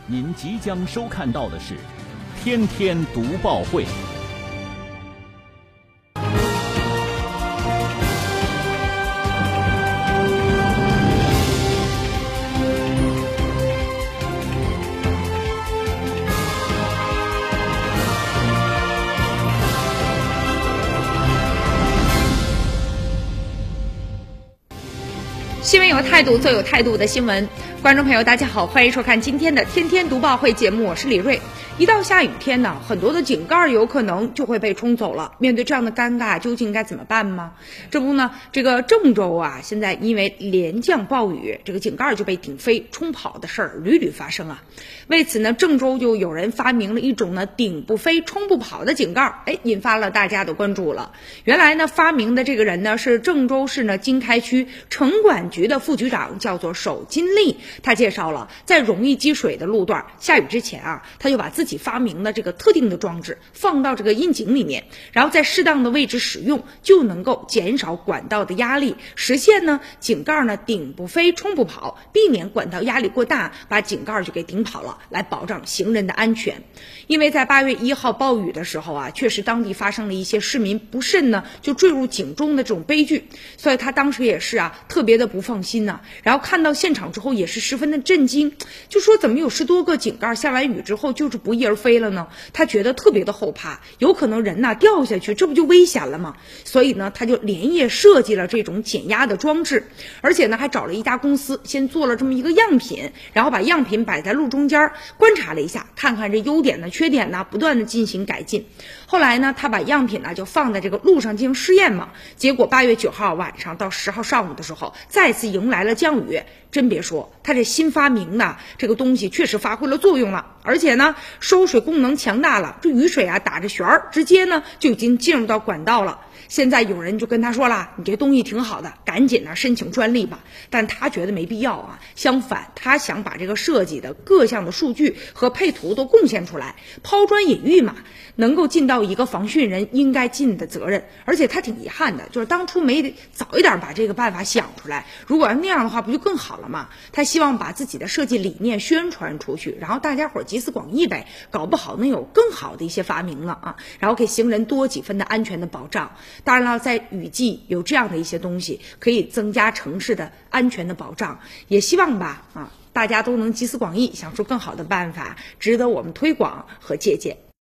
您即将收看到的是《天天读报会》。 新闻有态度，做有态度的新闻。观众朋友大家好，欢迎收看今天的天天读报会节目，我是李锐。一到下雨天呢，很多的井盖有可能就会被冲走了。面对这样的尴尬，究竟该怎么办吗？这不呢，这个郑州啊，现在因为连降暴雨，这个井盖就被顶飞冲跑的事儿屡屡发生啊。为此呢，郑州就有人发明了一种呢顶不飞冲不跑的井盖，引发了大家的关注了。原来呢，发明的这个人呢是郑州市呢经开区城管局的副局长，叫做守金利。他介绍了，在容易积水的路段，下雨之前啊，他就把自己发明的这个特定的装置放到这个阴井里面，然后在适当的位置使用，就能够减少管道的压力，实现呢井盖呢顶不飞冲不跑，避免管道压力过大，把井盖就给顶跑了，来保障行人的安全。因为在8月1号暴雨的时候啊，确实当地发生了一些市民不慎呢就坠入井中的这种悲剧，所以他当时也是啊特别的不放心呐。然后看到现场之后也是十分的震惊，就说怎么有10多个井盖下完雨之后就是不翼而飞了呢？他觉得特别的后怕，有可能人掉下去，这不就危险了吗？所以呢，他就连夜设计了这种减压的装置，而且呢还找了一家公司先做了这么一个样品，然后把样品摆在路中间观察了一下，看看这优点呢缺点呢，不断的进行改进。后来呢，他把样品呢就放在这个路上进行试验嘛，结果8月9号晚上到10号上午的时候，再次迎来了降雨。真别说，他这新发明的这个东西确实发挥了作用了，而且呢收水功能强大了，这雨水啊打着旋儿，直接呢就已经进入到管道了。现在有人就跟他说了，你这东西挺好的，赶紧呢申请专利吧。但他觉得没必要啊，相反他想把这个设计的各项的数据和配图都贡献出来，抛砖引玉嘛，能够尽到一个防汛人应该尽的责任。而且他挺遗憾的，就是当初没早一点把这个办法想出来，如果那样的话不就更好了吗？他希望把自己的设计理念宣传出去，然后大家伙集思广益呗，搞不好能有更好的一些发明了啊，然后给行人多几分的安全的保障。当然了，在雨季有这样的一些东西，可以增加城市的安全的保障，也希望吧大家都能集思广益，想出更好的办法，值得我们推广和借鉴。